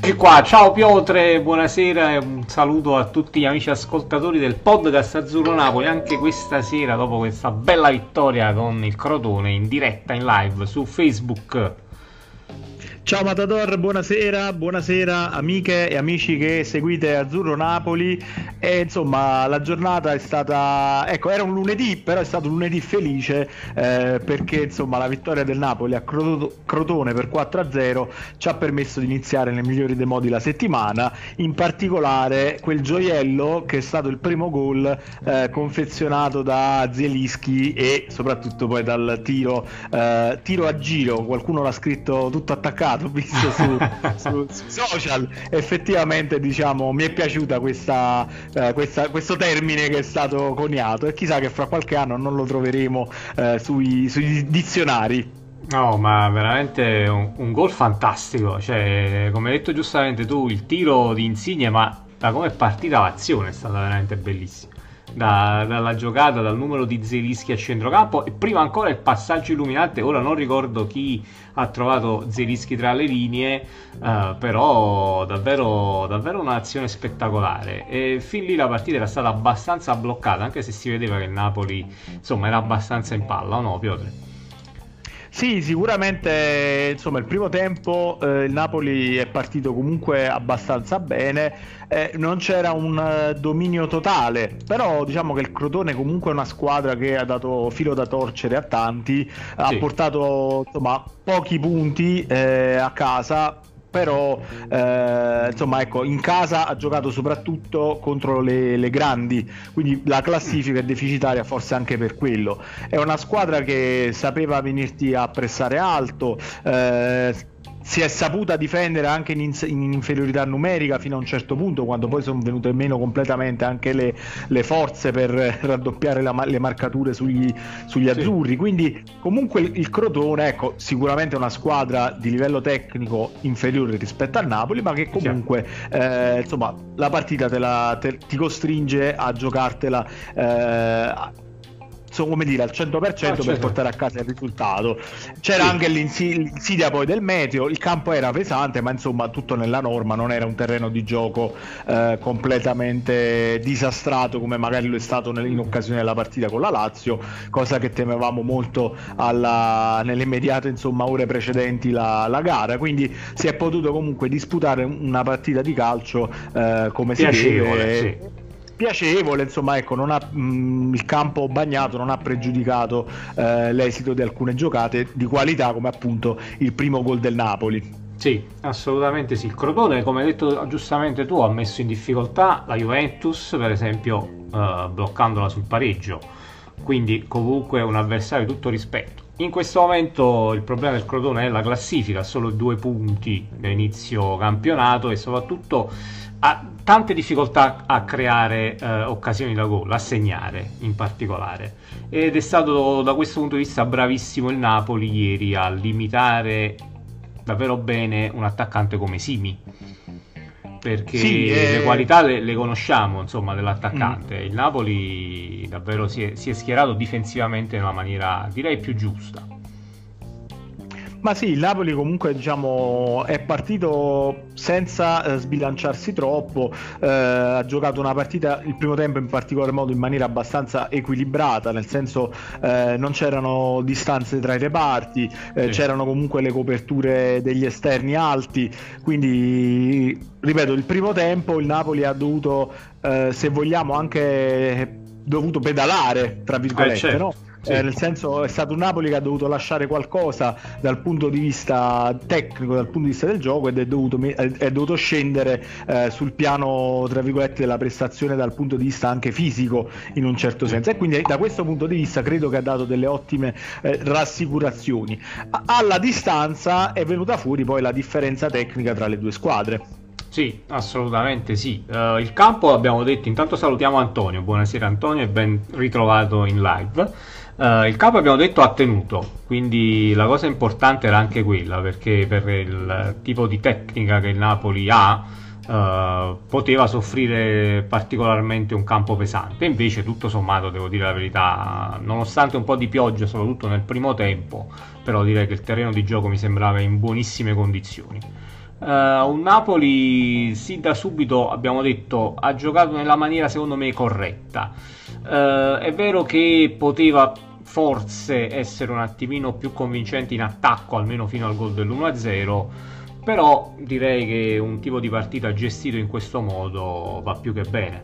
Eccoci qua, ciao Piotre, buonasera e un saluto a tutti gli amici ascoltatori del podcast Azzurro Napoli, anche questa sera dopo questa bella vittoria con il Crotone in diretta, in live su Facebook. Ciao Matador, buonasera amiche e amici che seguite Azzurro Napoli. E insomma la giornata è stata, ecco, era un lunedì, però è stato un lunedì felice perché insomma la vittoria del Napoli a Crotone per 4-0 ci ha permesso di iniziare nel migliore dei modi la settimana, in particolare quel gioiello che è stato il primo gol confezionato da Zielinski e soprattutto poi dal tiro a giro. Qualcuno l'ha scritto tutto attaccato, ho visto su social. Effettivamente, diciamo, mi è piaciuta questo termine che è stato coniato, e chissà che fra qualche anno non lo troveremo sui dizionari. No, ma veramente un gol fantastico, cioè, come hai detto giustamente tu, il tiro di Insigne, ma da come è partita l'azione è stata veramente bellissima. Dalla giocata, dal numero di Zielinski a centrocampo, e prima ancora il passaggio illuminante. Ora non ricordo chi ha trovato Zielinski tra le linee, però davvero un'azione spettacolare, e fin lì la partita era stata abbastanza bloccata, anche se si vedeva che il Napoli insomma era abbastanza in palla, o no Piotr? Sì, sicuramente, insomma, il primo tempo il Napoli è partito comunque abbastanza bene, non c'era un dominio totale, però diciamo che il Crotone comunque è una squadra che ha dato filo da torcere a tanti, ha portato insomma pochi punti a casa. Però insomma, ecco, in casa ha giocato soprattutto contro le grandi, quindi la classifica è deficitaria forse anche per quello. È una squadra che sapeva venirti a pressare alto, si è saputa difendere anche in inferiorità numerica fino a un certo punto, quando poi sono venute meno completamente anche le forze per raddoppiare le marcature sugli azzurri. Quindi comunque il Crotone, ecco, sicuramente è una squadra di livello tecnico inferiore rispetto al Napoli, ma che comunque insomma la partita ti costringe a giocartela come dire, al 100% per portare a casa il risultato. C'era anche l'insidia poi del meteo, il campo era pesante, ma insomma tutto nella norma, non era un terreno di gioco completamente disastrato come magari lo è stato in occasione della partita con la Lazio, cosa che temevamo molto nelle immediate insomma ore precedenti la gara. Quindi si è potuto comunque disputare una partita di calcio come si deve, piacevole, insomma, ecco, il campo bagnato non ha pregiudicato l'esito di alcune giocate di qualità, come appunto il primo gol del Napoli. Sì, assolutamente sì. Il Crotone, come hai detto giustamente tu, ha messo in difficoltà la Juventus, per esempio, bloccandola sul pareggio, quindi comunque un avversario di tutto rispetto. In questo momento il problema del Crotone è la classifica, solo 2 punti da inizio campionato, e soprattutto ha tante difficoltà a creare occasioni da gol, a segnare in particolare, ed è stato da questo punto di vista bravissimo il Napoli ieri a limitare davvero bene un attaccante come Simi, perché le qualità le conosciamo, insomma, dell'attaccante. Il Napoli davvero si è schierato difensivamente in una maniera, direi, più giusta. Ma sì, il Napoli comunque, diciamo, è partito senza sbilanciarsi troppo, ha giocato una partita, il primo tempo in particolar modo, in maniera abbastanza equilibrata, nel senso non c'erano distanze tra i reparti, c'erano comunque le coperture degli esterni alti, quindi ripeto, il primo tempo il Napoli ha dovuto, se vogliamo, anche dovuto pedalare, tra virgolette, no? Nel senso, è stato un Napoli che ha dovuto lasciare qualcosa dal punto di vista tecnico, dal punto di vista del gioco, ed è dovuto scendere sul piano, tra virgolette, della prestazione dal punto di vista anche fisico, in un certo senso, e quindi da questo punto di vista credo che ha dato delle ottime rassicurazioni. Alla distanza è venuta fuori poi la differenza tecnica tra le due squadre. Sì, assolutamente sì. Il campo, abbiamo detto, intanto salutiamo Antonio, buonasera Antonio e ben ritrovato in live. Il campo, abbiamo detto, ha tenuto, quindi la cosa importante era anche quella, perché per il tipo di tecnica che il Napoli ha poteva soffrire particolarmente un campo pesante. Invece tutto sommato, devo dire la verità, nonostante un po' di pioggia soprattutto nel primo tempo, però direi che il terreno di gioco mi sembrava in buonissime condizioni. Un Napoli, sì, da subito abbiamo detto, ha giocato nella maniera secondo me corretta. È vero che poteva forse essere un attimino più convincente in attacco, almeno fino al gol dell'1-0, però direi che un tipo di partita gestito in questo modo va più che bene.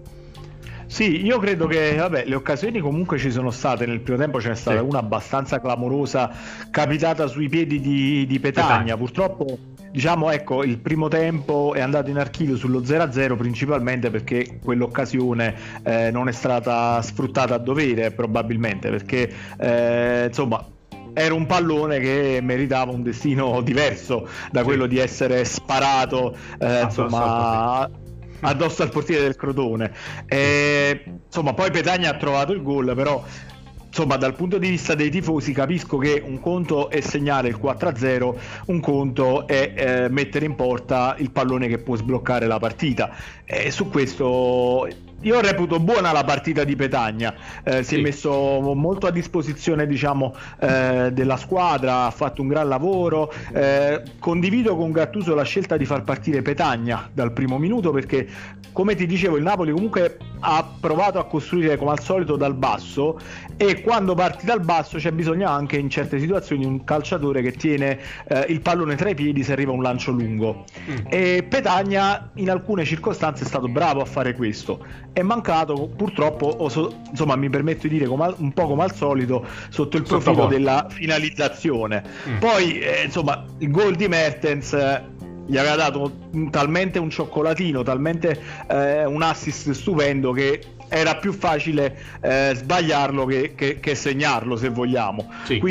Sì, io credo che vabbè, le occasioni comunque ci sono state. Nel primo tempo c'è stata una abbastanza clamorosa capitata sui piedi di Petagna. Purtroppo, diciamo, ecco, il primo tempo è andato in archivio sullo 0-0 principalmente perché quell'occasione non è stata sfruttata a dovere, probabilmente perché insomma era un pallone che meritava un destino diverso da quello di essere sparato insomma addosso al portiere del Crotone. Insomma, poi Petagna ha trovato il gol, però insomma, dal punto di vista dei tifosi capisco che un conto è segnare il 4-0, un conto è mettere in porta il pallone che può sbloccare la partita. Su questo io reputo buona la partita di Petagna, si è messo molto a disposizione, diciamo, della squadra, ha fatto un gran lavoro. Condivido con Gattuso la scelta di far partire Petagna dal primo minuto perché, come ti dicevo, il Napoli comunque ha provato a costruire come al solito dal basso, e quando parti dal basso c'è bisogno anche in certe situazioni di un calciatore che tiene il pallone tra i piedi se arriva un lancio lungo, e Petagna in alcune circostanze è stato bravo a fare questo. È mancato purtroppo, insomma, mi permetto di dire un po' come al solito, sotto il profilo della finalizzazione. Poi insomma, il gol di Mertens gli aveva dato talmente un cioccolatino, talmente un assist stupendo, che era più facile sbagliarlo che segnarlo, se vogliamo.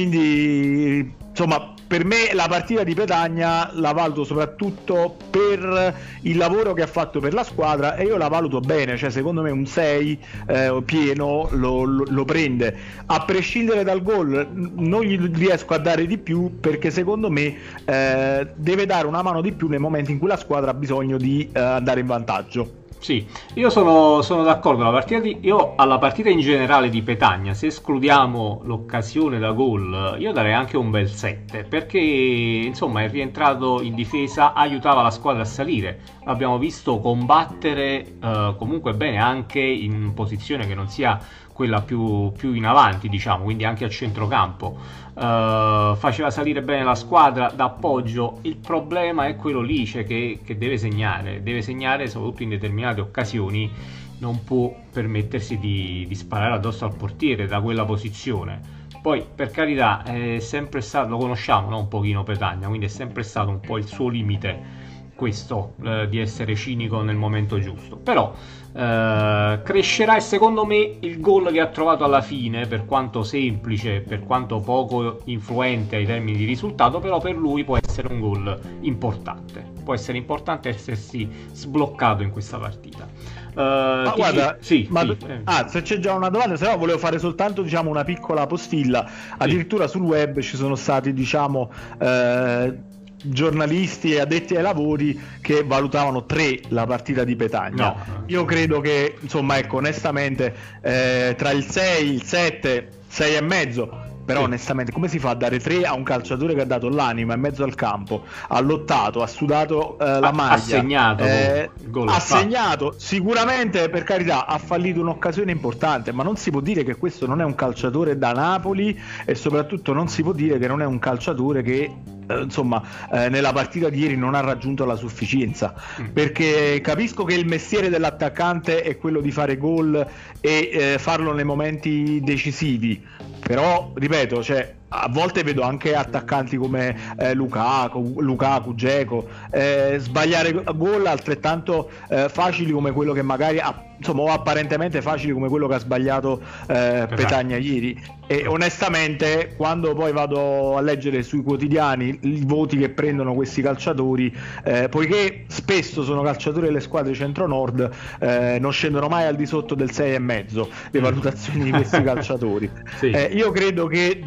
Quindi insomma, per me la partita di Petagna la valuto soprattutto per il lavoro che ha fatto per la squadra, e io la valuto bene, cioè secondo me un 6 pieno lo prende. A prescindere dal gol non gli riesco a dare di più, perché secondo me deve dare una mano di più nei momenti in cui la squadra ha bisogno di andare in vantaggio. Sì, io sono d'accordo. Io alla partita in generale di Petagna, se escludiamo l'occasione da gol, io darei anche un bel 7, perché insomma è rientrato in difesa, aiutava la squadra a salire, l'abbiamo visto combattere comunque bene anche in posizione che non sia quella più in avanti, diciamo, quindi anche a centrocampo. Faceva salire bene la squadra d'appoggio. Il problema è quello lì, cioè che deve segnare soprattutto in determinate occasioni, non può permettersi di sparare addosso al portiere da quella posizione. Poi, per carità, è sempre stato, lo conosciamo, no? Un pochino Petagna, quindi è sempre stato un po' il suo limite questo, di essere cinico nel momento giusto. Però crescerà, e secondo me il gol che ha trovato alla fine, per quanto semplice, per quanto poco influente ai termini di risultato, però per lui può essere un gol importante, può essere importante essersi sbloccato in questa partita. Guarda, se c'è già una domanda, se no volevo fare soltanto, diciamo, una piccola postilla. Addirittura sul web ci sono stati, diciamo, giornalisti e addetti ai lavori che valutavano 3 la partita di Petagna. Io credo che, insomma, ecco, onestamente tra il 6, il 7, 6 e mezzo, però onestamente come si fa a dare 3 a un calciatore che ha dato l'anima in mezzo al campo, ha lottato, ha sudato la maglia, ha segnato, sicuramente, per carità, ha fallito un'occasione importante, ma non si può dire che questo non è un calciatore da Napoli, e soprattutto non si può dire che non è un calciatore che insomma nella partita di ieri non ha raggiunto la sufficienza, perché capisco che il mestiere dell'attaccante è quello di fare gol e farlo nei momenti decisivi, però ripeto, cioè, a volte vedo anche attaccanti come Lukaku, Dzeko sbagliare gol altrettanto facili come quello che magari insomma, o apparentemente facili come quello che ha sbagliato Petagna ieri. E onestamente, quando poi vado a leggere sui quotidiani i voti che prendono questi calciatori, poiché spesso sono calciatori delle squadre centro-nord, non scendono mai al di sotto del 6,5 le valutazioni di questi calciatori. Io credo che dobbiamo un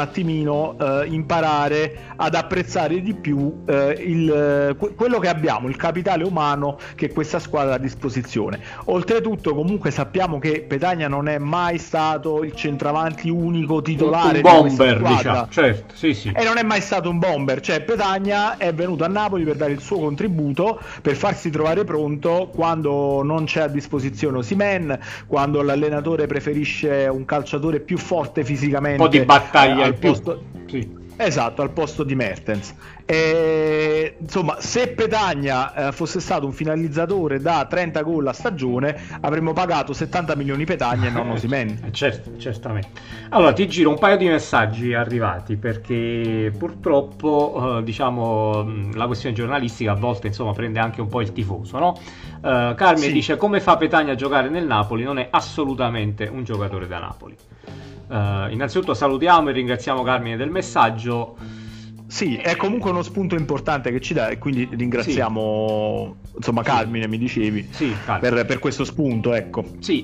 attimino imparare ad apprezzare di più quello che abbiamo, il capitale umano che questa squadra ha a disposizione. Oltretutto comunque sappiamo che Petagna non è mai stato il centravanti unico titolare un bomber, diciamo, certo, sì, sì. E non è mai stato un bomber, cioè Petagna è venuto a Napoli per dare il suo contributo, per farsi trovare pronto quando non c'è a disposizione Osimhen, quando l'allenatore preferisce un calciatore più forte fisicamente, un po' di battaglia al in più. posto... Sì. Esatto, al posto di Mertens. Insomma, se Petagna fosse stato un finalizzatore da 30 gol a stagione, avremmo pagato 70 milioni Petagna e non Osimhen. Certo, certamente. Allora ti giro un paio di messaggi arrivati, perché purtroppo diciamo la questione giornalistica a volte insomma prende anche un po' il tifoso, no? Carmine dice: come fa Petagna a giocare nel Napoli? Non è assolutamente un giocatore da Napoli. Innanzitutto salutiamo e ringraziamo Carmine del messaggio. Sì, è comunque uno spunto importante che ci dà, e quindi ringraziamo insomma Carmine, mi dicevi, per questo spunto, ecco. Sì,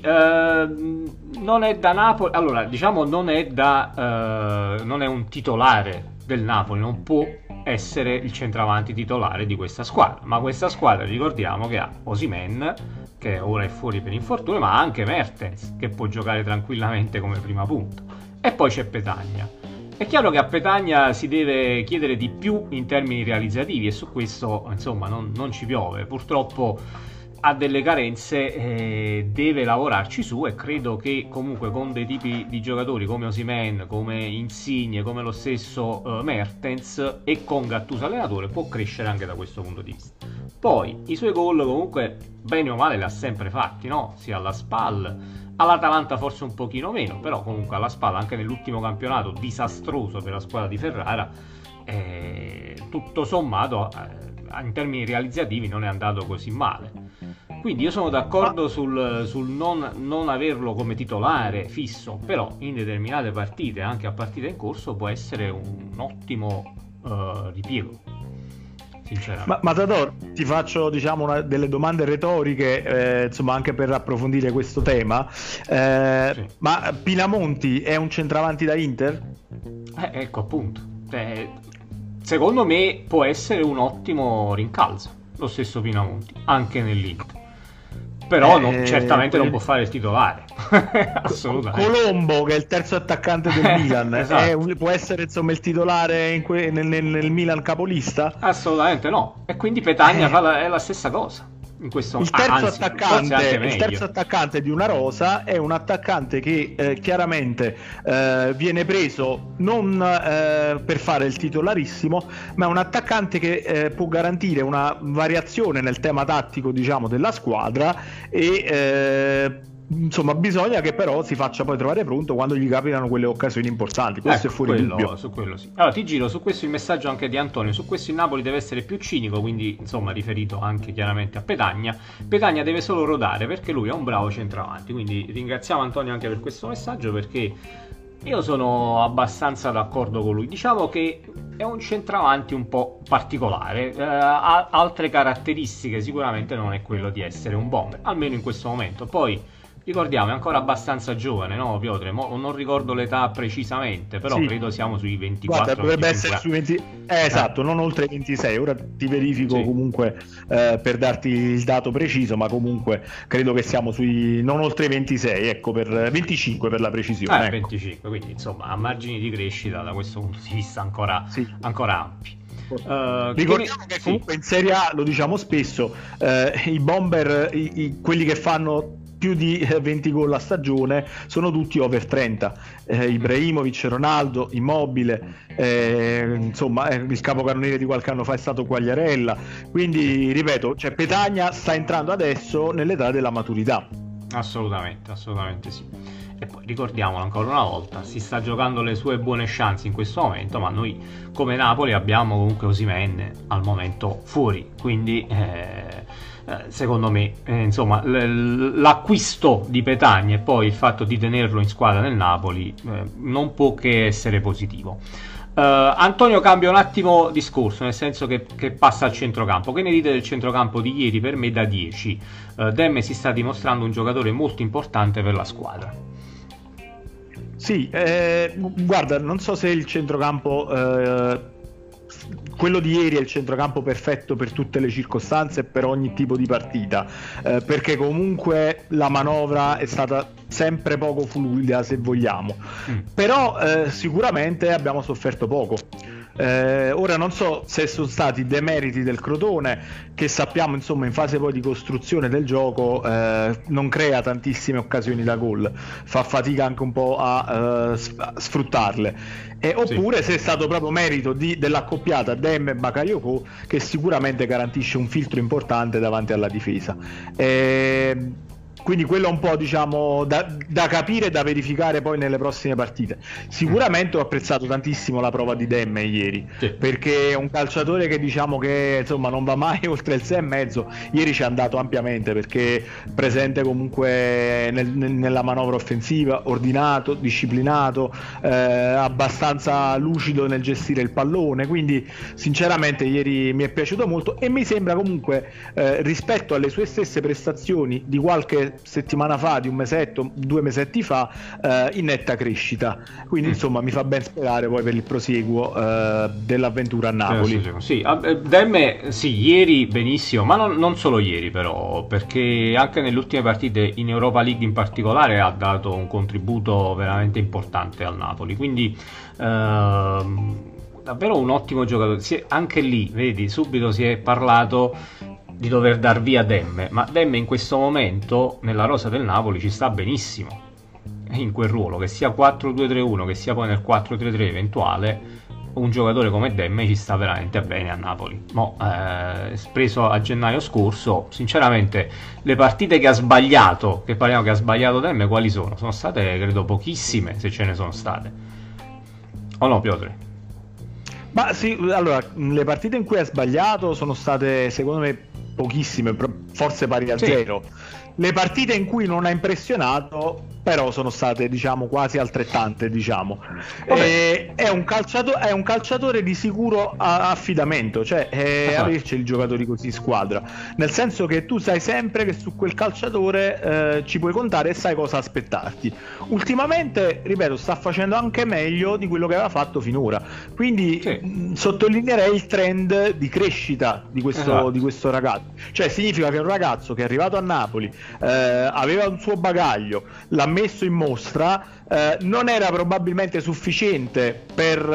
non è da Napoli, allora diciamo non è un titolare del Napoli, non può essere il centravanti titolare di questa squadra, ma questa squadra ricordiamo che ha Osimhen, che ora è fuori per infortunio, ma anche Mertens, che può giocare tranquillamente come prima punta, e poi c'è Petagna. È chiaro che a Petagna si deve chiedere di più in termini realizzativi, e su questo insomma non ci piove, purtroppo ha delle carenze, deve lavorarci su, e credo che comunque con dei tipi di giocatori come Osimhen, come Insigne, come lo stesso Mertens, e con Gattuso allenatore, può crescere anche da questo punto di vista. Poi i suoi gol comunque bene o male li ha sempre fatti, no? Sia alla SPAL, all'Atalanta forse un pochino meno, però comunque alla SPAL, anche nell'ultimo campionato disastroso per la squadra di Ferrara, tutto sommato in termini realizzativi non è andato così male. Quindi io sono d'accordo sul non averlo come titolare fisso, però in determinate partite, anche a partita in corso, può essere un ottimo ripiego, sinceramente. Matador, ti faccio diciamo delle domande retoriche, insomma, anche per approfondire questo tema. Sì. Ma Pinamonti è un centravanti da Inter? Ecco appunto. Secondo me può essere un ottimo rincalzo lo stesso Pinamonti anche nell'Inter, però certamente non può fare il titolare. Assolutamente. Colombo, che è il terzo attaccante del Milan, esatto. Può essere insomma il titolare nel Milan capolista? Assolutamente no, e quindi Petagna è la stessa cosa in questo. Il terzo attaccante di una rosa è un attaccante che chiaramente viene preso non per fare il titolarissimo, ma è un attaccante che può garantire una variazione nel tema tattico, diciamo, della squadra, e insomma bisogna che però si faccia poi trovare pronto quando gli capitano quelle occasioni importanti. Questo è fuori dubbio. Su quello sì. Allora ti giro su questo il messaggio anche di Antonio: su questo il Napoli deve essere più cinico, quindi insomma riferito anche chiaramente a Petagna. Petagna deve solo rodare, perché lui è un bravo centravanti. Quindi ringraziamo Antonio anche per questo messaggio, perché io sono abbastanza d'accordo con lui. Diciamo che è un centravanti un po' particolare, ha altre caratteristiche, sicuramente non è quello di essere un bomber, almeno in questo momento. Poi ricordiamo, è ancora abbastanza giovane, no Piotre? Non ricordo l'età precisamente, però sì, credo siamo sui 24. Guarda, dovrebbe essere sui 20. Esatto, non oltre i 26. Ora ti verifico comunque per darti il dato preciso, ma comunque credo che siamo sui non oltre i 26, ecco, per 25 per la precisione. Ecco. 25, quindi insomma a margini di crescita da questo punto di vista ancora ampi. Ricordiamo che comunque in Serie A, lo diciamo spesso, i bomber, quelli che fanno più di 20 gol a stagione sono tutti over 30. Ibrahimovic, Ronaldo, Immobile, insomma il capocannoniere di qualche anno fa è stato Quagliarella. Quindi ripeto, cioè Petagna sta entrando adesso nell'età della maturità. Assolutamente sì. E poi ricordiamolo ancora una volta, si sta giocando le sue buone chance in questo momento, ma noi come Napoli abbiamo comunque Osimhen al momento fuori, quindi secondo me insomma l'acquisto di Petagna e poi il fatto di tenerlo in squadra nel Napoli non può che essere positivo. Antonio cambia un attimo discorso, nel senso che passa al centrocampo. Che ne dite del centrocampo di ieri? Per me da 10. Demme si sta dimostrando un giocatore molto importante per la squadra. Sì, guarda, non so se il centrocampo, quello di ieri è il centrocampo perfetto per tutte le circostanze e per ogni tipo di partita, perché comunque la manovra è stata sempre poco fluida, se vogliamo, però sicuramente abbiamo sofferto poco. Ora non so se sono stati demeriti del Crotone, che sappiamo insomma in fase poi di costruzione del gioco non crea tantissime occasioni da gol, fa fatica anche un po' a sfruttarle, oppure se è stato proprio merito dell'accoppiata Dem e Bakayoko, che sicuramente garantisce un filtro importante davanti alla difesa. Quindi quello è un po', diciamo, da capire e da verificare poi nelle prossime partite. Sicuramente ho apprezzato tantissimo la prova di Demme ieri, sì, perché è un calciatore che diciamo che insomma non va mai oltre il 6,5. Ieri ci è andato ampiamente, perché presente comunque nella manovra offensiva, ordinato, disciplinato, abbastanza lucido nel gestire il pallone. Quindi sinceramente ieri mi è piaciuto molto, e mi sembra comunque rispetto alle sue stesse prestazioni di qualche settimana fa, di un mesetto, 2 mesetti fa, in netta crescita. Quindi insomma mi fa ben sperare poi per il prosieguo dell'avventura a Napoli. Sì, Demme sì, ieri benissimo, ma non solo ieri però, perché anche nelle ultime partite in Europa League in particolare ha dato un contributo veramente importante al Napoli, quindi davvero un ottimo giocatore. Anche lì, vedi, subito si è parlato di dover dar via Demme, ma Demme in questo momento nella rosa del Napoli ci sta benissimo in quel ruolo, che sia 4-2-3-1 che sia poi nel 4-3-3 eventuale. Un giocatore come Demme ci sta veramente bene a Napoli. Preso a gennaio scorso, sinceramente le partite che ha sbagliato, che parliamo che ha sbagliato Demme, quali sono? Sono state credo pochissime, se ce ne sono state, o no, Piotr? Ma sì, allora le partite in cui ha sbagliato sono state secondo me pochissime, forse pari a zero. Le partite in cui non ha impressionato però sono state, diciamo, quasi altrettante, diciamo. È un calciatore di sicuro affidamento, cioè averci i giocatori così in squadra, nel senso che tu sai sempre che su quel calciatore ci puoi contare e sai cosa aspettarti. Ultimamente, ripeto, sta facendo anche meglio di quello che aveva fatto finora, quindi sottolineerei il trend di crescita di questo ragazzo. Cioè significa che è un ragazzo che è arrivato a Napoli, aveva un suo bagaglio, l'ha messo in mostra, non era probabilmente sufficiente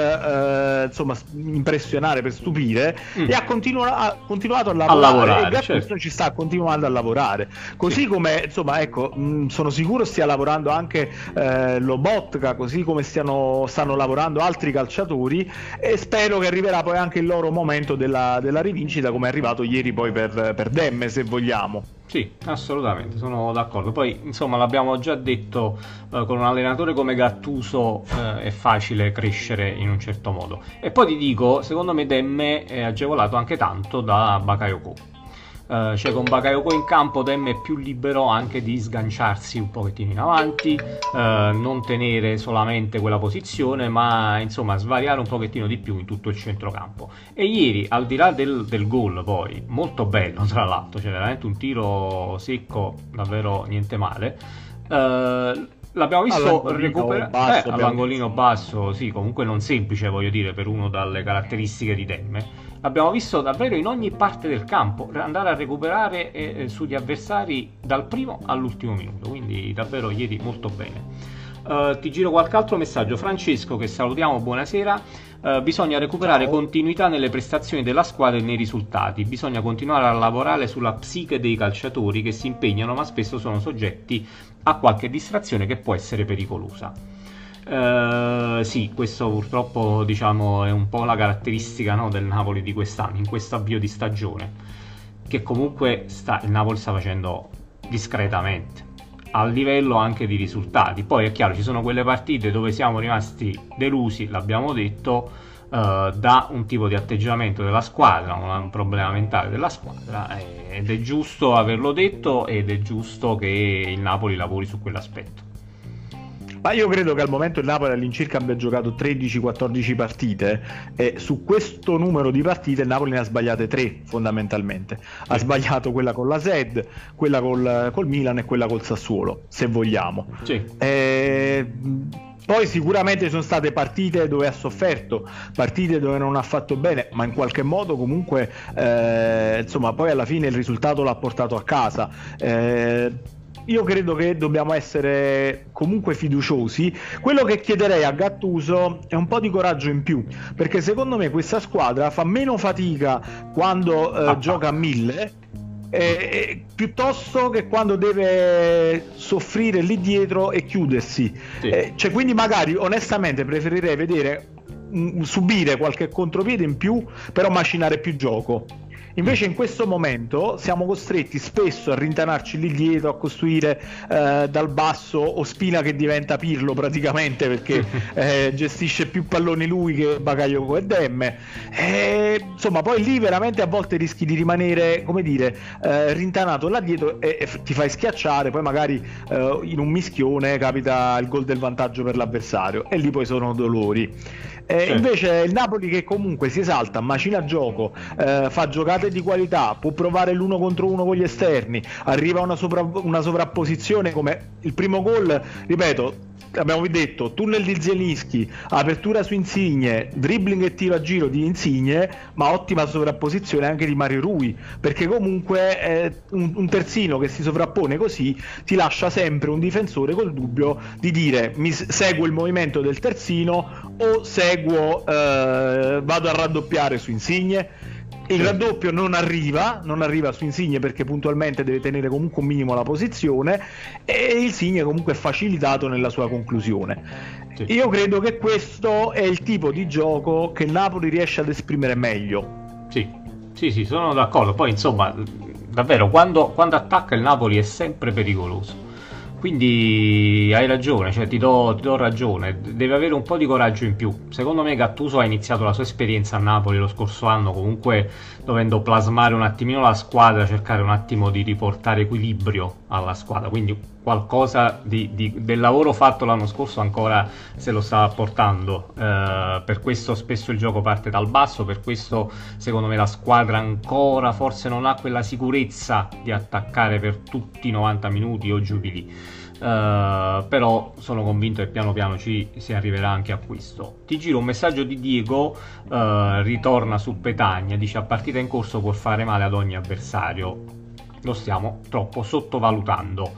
per insomma impressionare, per stupire, e ha continuato a lavorare, e Gattuso ci sta continuando a lavorare, così come insomma, ecco, sono sicuro stia lavorando anche Lobotka, così come stanno lavorando altri calciatori, e spero che arriverà poi anche il loro momento della rivincita, come è arrivato ieri poi per Demme, se vogliamo. Sì, assolutamente, sono d'accordo. Poi, insomma, l'abbiamo già detto, con un allenatore come Gattuso è facile crescere in un certo modo. E poi ti dico, secondo me Demme è agevolato anche tanto da Bakayoko. Cioè con Bakayoko in campo Demme è più libero anche di sganciarsi un pochettino in avanti, non tenere solamente quella posizione, ma insomma svariare un pochettino di più in tutto il centrocampo. E ieri, al di là del gol, poi molto bello tra l'altro, cioè veramente un tiro secco, davvero niente male, l'abbiamo visto recuperare all'angolino basso, sì, comunque non semplice, voglio dire, per uno dalle caratteristiche di Demme. L'abbiamo visto davvero in ogni parte del campo andare a recuperare sugli avversari dal primo all'ultimo minuto, quindi davvero ieri molto bene. Ti giro qualche altro messaggio. Francesco, che salutiamo, buonasera. Bisogna recuperare continuità nelle prestazioni della squadra e nei risultati, bisogna continuare a lavorare sulla psiche dei calciatori che si impegnano ma spesso sono soggetti a qualche distrazione che può essere pericolosa. Sì, questo purtroppo, diciamo, è un po' la caratteristica, no, del Napoli di quest'anno, in questo avvio di stagione, che comunque il Napoli sta facendo discretamente a livello anche di risultati. Poi è chiaro, ci sono quelle partite dove siamo rimasti delusi, l'abbiamo detto, da un tipo di atteggiamento della squadra, un problema mentale della squadra, ed è giusto averlo detto, ed è giusto che il Napoli lavori su quell'aspetto. Ma io credo che al momento il Napoli all'incirca abbia giocato 13-14 partite e su questo numero di partite il Napoli ne ha sbagliate 3 fondamentalmente. Ha sbagliato quella con la SED, quella col Milan e quella col Sassuolo, se vogliamo. Sì. Poi sicuramente ci sono state partite dove ha sofferto, partite dove non ha fatto bene, ma in qualche modo comunque insomma poi alla fine il risultato l'ha portato a casa. Io credo che dobbiamo essere comunque fiduciosi. Quello che chiederei a Gattuso è un po' di coraggio in più, perché secondo me questa squadra fa meno fatica quando gioca a 1000 piuttosto che quando deve soffrire lì dietro e chiudersi. Cioè, quindi magari onestamente preferirei vedere subire qualche contropiede in più, però macinare più gioco. Invece in questo momento siamo costretti spesso a rintanarci lì dietro, a costruire dal basso Ospina che diventa Pirlo praticamente, perché gestisce più palloni lui che Bakayoko e Demme, insomma poi lì veramente a volte rischi di rimanere, come dire, rintanato là dietro e ti fai schiacciare, poi magari in un mischione capita il gol del vantaggio per l'avversario e lì poi sono dolori. Invece il Napoli che comunque si esalta, macina gioco, fa giocate di qualità, può provare l'1 contro 1 con gli esterni, arriva una sovrapposizione come il primo gol, ripeto, abbiamo detto tunnel di Zielinski, apertura su Insigne, dribbling e tiro a giro di Insigne, ma ottima sovrapposizione anche di Mario Rui, perché comunque un terzino che si sovrappone così ti lascia sempre un difensore col dubbio di dire seguo il movimento del terzino o seguo vado a raddoppiare su Insigne. Il raddoppio non arriva su Insigne perché puntualmente deve tenere comunque un minimo la posizione e Insigne comunque è facilitato nella sua conclusione. Io credo che questo è il tipo di gioco che Napoli riesce ad esprimere meglio. Sì, sono d'accordo. Poi insomma davvero quando attacca il Napoli è sempre pericoloso. Quindi hai ragione, cioè ti do ragione, deve avere un po' di coraggio in più. Secondo me Gattuso ha iniziato la sua esperienza a Napoli lo scorso anno comunque dovendo plasmare un attimino la squadra, cercare un attimo di riportare equilibrio alla squadra, quindi qualcosa del lavoro fatto l'anno scorso ancora se lo sta portando, per questo spesso il gioco parte dal basso, per questo secondo me la squadra ancora forse non ha quella sicurezza di attaccare per tutti i 90 minuti o giù di lì. Però sono convinto che piano piano si arriverà anche a questo. Ti giro un messaggio di Diego, ritorna su Petagna, dice: a partita in corso può fare male ad ogni avversario, lo stiamo troppo sottovalutando.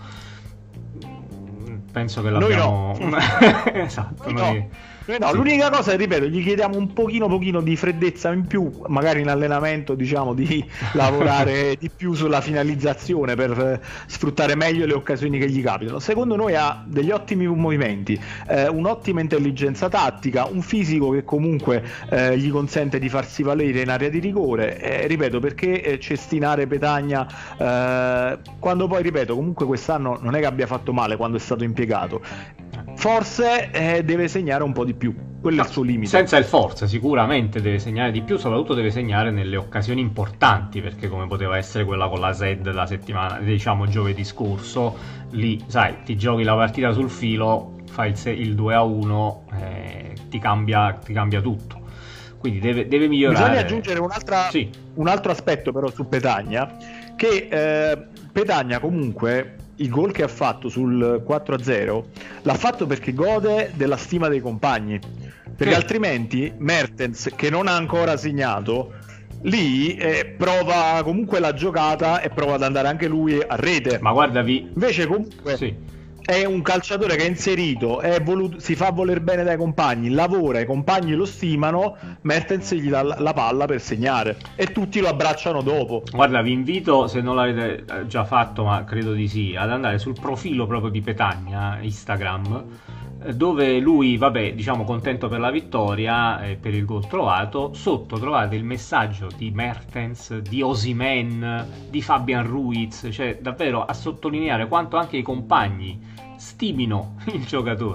Penso che l'abbiamo esatto, noi no, l'unica cosa, ripeto, gli chiediamo un pochino di freddezza in più, magari in allenamento, diciamo, di lavorare di più sulla finalizzazione per sfruttare meglio le occasioni che gli capitano. Secondo noi ha degli ottimi movimenti, un'ottima intelligenza tattica, un fisico che comunque gli consente di farsi valere in area di rigore, ripeto, perché cestinare Petagna quando poi, ripeto, comunque quest'anno non è che abbia fatto male quando è stato impiegato. Forse deve segnare un po' di più, quello è il suo limite. Senza il forza sicuramente deve segnare di più, soprattutto deve segnare nelle occasioni importanti, perché come poteva essere quella con la SED la settimana, diciamo giovedì scorso, lì sai, ti giochi la partita sul filo, fai il 2-1, ti cambia tutto, quindi deve migliorare. Bisogna aggiungere un altro aspetto però su Petagna, che Petagna comunque il gol che ha fatto sul 4-0 l'ha fatto perché gode della stima dei compagni, perché altrimenti Mertens, che non ha ancora segnato, lì prova comunque la giocata e prova ad andare anche lui a rete. Ma guardavi, invece comunque è un calciatore che è inserito, si fa voler bene dai compagni, lavora, i compagni lo stimano, Mertens gli dà la palla per segnare e tutti lo abbracciano dopo. Guarda, vi invito, se non l'avete già fatto, ma credo di sì, ad andare sul profilo proprio di Petagna, Instagram, dove lui, vabbè, diciamo contento per la vittoria e per il gol trovato. Sotto trovate il messaggio di Mertens, di Osimhen, di Fabian Ruiz, cioè davvero a sottolineare quanto anche i compagni stimino il giocatore.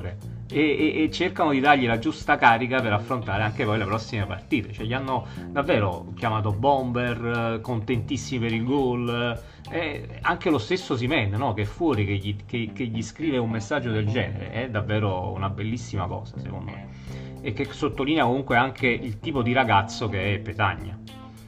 e cercano di dargli la giusta carica per affrontare anche poi le prossime partite. Cioè, gli hanno davvero chiamato bomber, contentissimi per il gol. Anche lo stesso Osimhen, no? Che è fuori, che gli scrive un messaggio del genere, è davvero una bellissima cosa, secondo me, e che sottolinea comunque anche il tipo di ragazzo che è Petagna.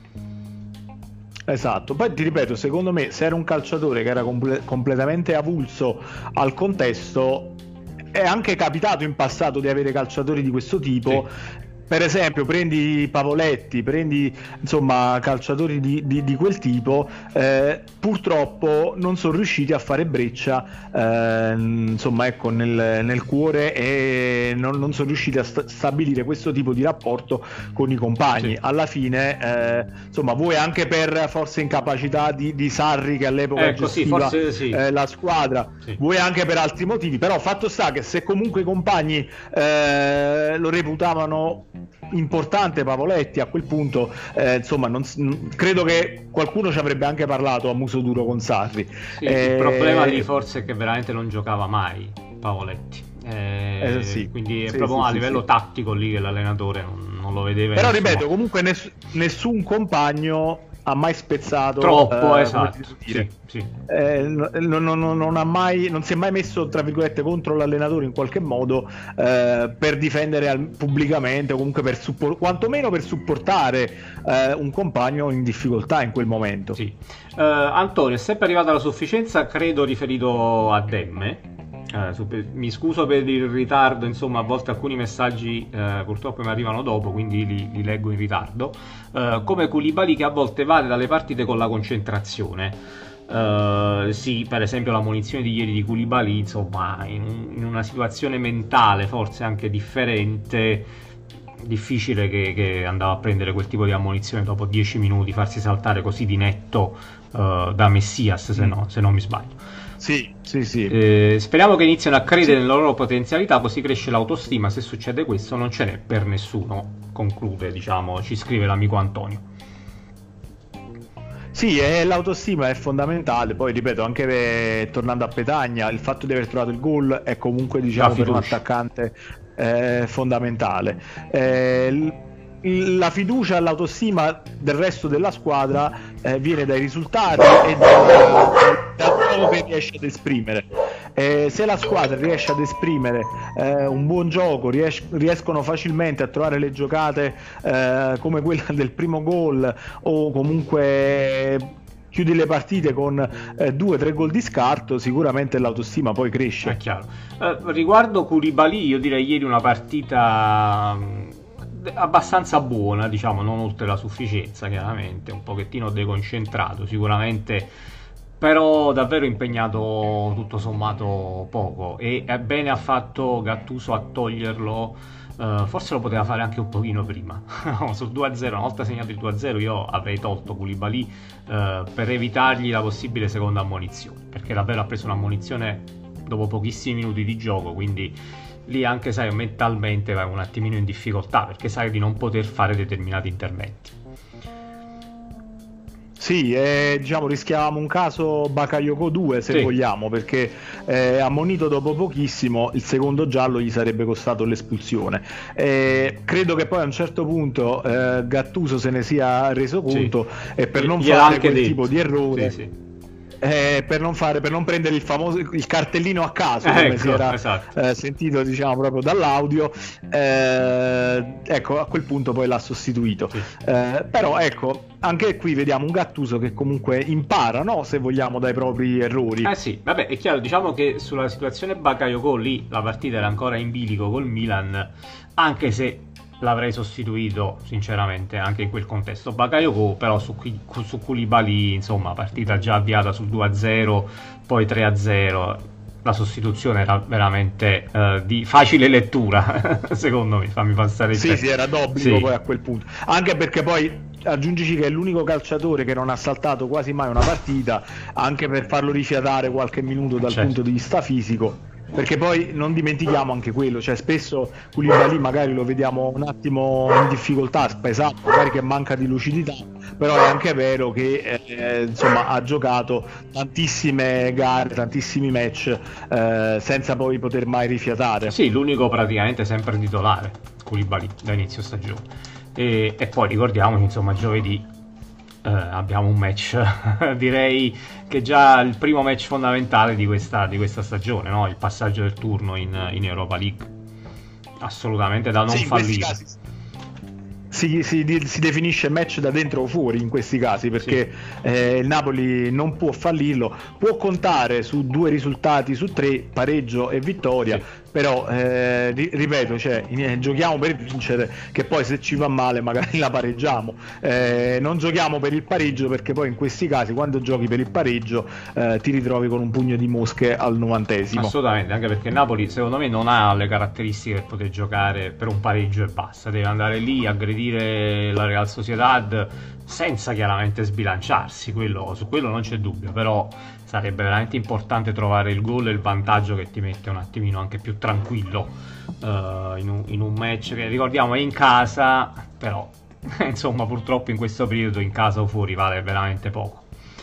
Esatto, poi ti ripeto, secondo me se era un calciatore che era completamente avulso al contesto, è anche capitato in passato di avere calciatori di questo tipo. Sì. Per esempio, prendi Pavoletti, prendi insomma calciatori di quel tipo, purtroppo non sono riusciti a fare breccia insomma, ecco, nel cuore, e non sono riusciti a stabilire questo tipo di rapporto con i compagni. Sì. Alla fine, insomma, vuoi anche per forse incapacità di Sarri, che all'epoca gestiva la squadra, sì. Vuoi anche per altri motivi, però fatto sta che se comunque i compagni lo reputavano importante Pavoletti, a quel punto insomma credo che qualcuno ci avrebbe anche parlato a muso duro con Sarri. Sì, il problema lì forse è che veramente non giocava mai Pavoletti, sì. Quindi è proprio a livello tattico lì che l'allenatore non lo vedeva. Però ripeto, comunque nessun compagno ha mai spezzato troppo, esatto. Sì. Non si è mai messo, tra virgolette, contro l'allenatore in qualche modo, per difendere pubblicamente, o comunque quantomeno per supportare un compagno in difficoltà in quel momento. Sì. Antonio, è sempre arrivata la sufficienza, credo riferito a Demme. Mi scuso per il ritardo, insomma, a volte alcuni messaggi purtroppo mi arrivano dopo, quindi li leggo in ritardo. Come Koulibaly, che a volte vade dalle partite con la concentrazione. Sì, per esempio la munizione di ieri di Koulibaly, insomma, in una situazione mentale forse anche differente, difficile che andava a prendere quel tipo di ammonizione dopo 10 minuti, farsi saltare così di netto da Messias, se non mi sbaglio. Sì. Speriamo che iniziano a credere nella loro potenzialità, così cresce l'autostima. Se succede questo non ce n'è per nessuno, conclude, diciamo, ci scrive l'amico Antonio. Sì, l'autostima è fondamentale. Poi ripeto, anche tornando a Petagna, il fatto di aver trovato il gol è comunque, diciamo, per un attaccante fondamentale. La fiducia e l'autostima del resto della squadra viene dai risultati e dal gioco che riesce ad esprimere. Se la squadra riesce ad esprimere un buon gioco, riescono facilmente a trovare le giocate come quella del primo gol, o comunque chiudi le partite con 2-3 gol di scarto, sicuramente l'autostima poi cresce. È chiaro. Riguardo Koulibaly, io direi ieri una partita abbastanza buona, diciamo, non oltre la sufficienza, chiaramente un pochettino deconcentrato sicuramente, però davvero impegnato tutto sommato poco, e bene ha fatto Gattuso a toglierlo. Forse lo poteva fare anche un pochino prima. Sul 2-0, una volta segnato il 2-0, io avrei tolto Koulibaly per evitargli la possibile seconda ammonizione, perché davvero ha preso un'ammonizione dopo pochissimi minuti di gioco, quindi lì anche, sai, mentalmente vai un attimino in difficoltà, perché sai di non poter fare determinati interventi. Sì, diciamo rischiavamo un caso Bakayoko 2, se vogliamo, perché ammonito dopo pochissimo, il secondo giallo gli sarebbe costato l'espulsione. Credo che poi a un certo punto Gattuso se ne sia reso conto, e per non fare quel tipo di errore, per non prendere il cartellino a caso, come si era sentito, diciamo, proprio dall'audio, ecco, a quel punto poi l'ha sostituito. Però ecco, anche qui vediamo un Gattuso che comunque impara, no, se vogliamo, dai propri errori. Sì, vabbè, è chiaro, diciamo che sulla situazione Bakayoko lì la partita era ancora in bilico col Milan, anche se l'avrei sostituito sinceramente anche in quel contesto Bakayoko, però su Koulibaly, insomma, partita già avviata sul 2-0, poi 3-0, la sostituzione era veramente di facile lettura secondo me, fammi passare il sì, era d'obbligo poi a quel punto, anche perché poi aggiungici che è l'unico calciatore che non ha saltato quasi mai una partita, anche per farlo rifiatare qualche minuto dal punto di vista fisico. perché poi non dimentichiamo anche quello, cioè spesso Koulibaly magari lo vediamo un attimo in difficoltà, spaesato, magari che manca di lucidità, però è anche vero che insomma ha giocato tantissime gare, tantissimi match senza poi poter mai rifiatare. Sì, l'unico praticamente sempre titolare Koulibaly da inizio stagione, e poi ricordiamoci, insomma, giovedì abbiamo un match direi che già il primo match fondamentale di questa stagione, no? Il passaggio del turno in Europa League, assolutamente da non fallire. Si definisce match da dentro o fuori in questi casi, perché il Napoli non può fallirlo, può contare su 2 risultati su 3, pareggio e vittoria, però ripeto, cioè, giochiamo per vincere, che poi se ci va male magari la pareggiamo, non giochiamo per il pareggio, perché poi in questi casi quando giochi per il pareggio ti ritrovi con un pugno di mosche al 90esimo. Assolutamente, anche perché Napoli secondo me non ha le caratteristiche per poter giocare per un pareggio e basta, deve andare lì a aggredire la Real Sociedad senza chiaramente sbilanciarsi, su quello non c'è dubbio, però sarebbe veramente importante trovare il gol e il vantaggio che ti mette un attimino anche più tranquillo in un match che, ricordiamo, è in casa, però insomma purtroppo in questo periodo in casa o fuori vale veramente poco.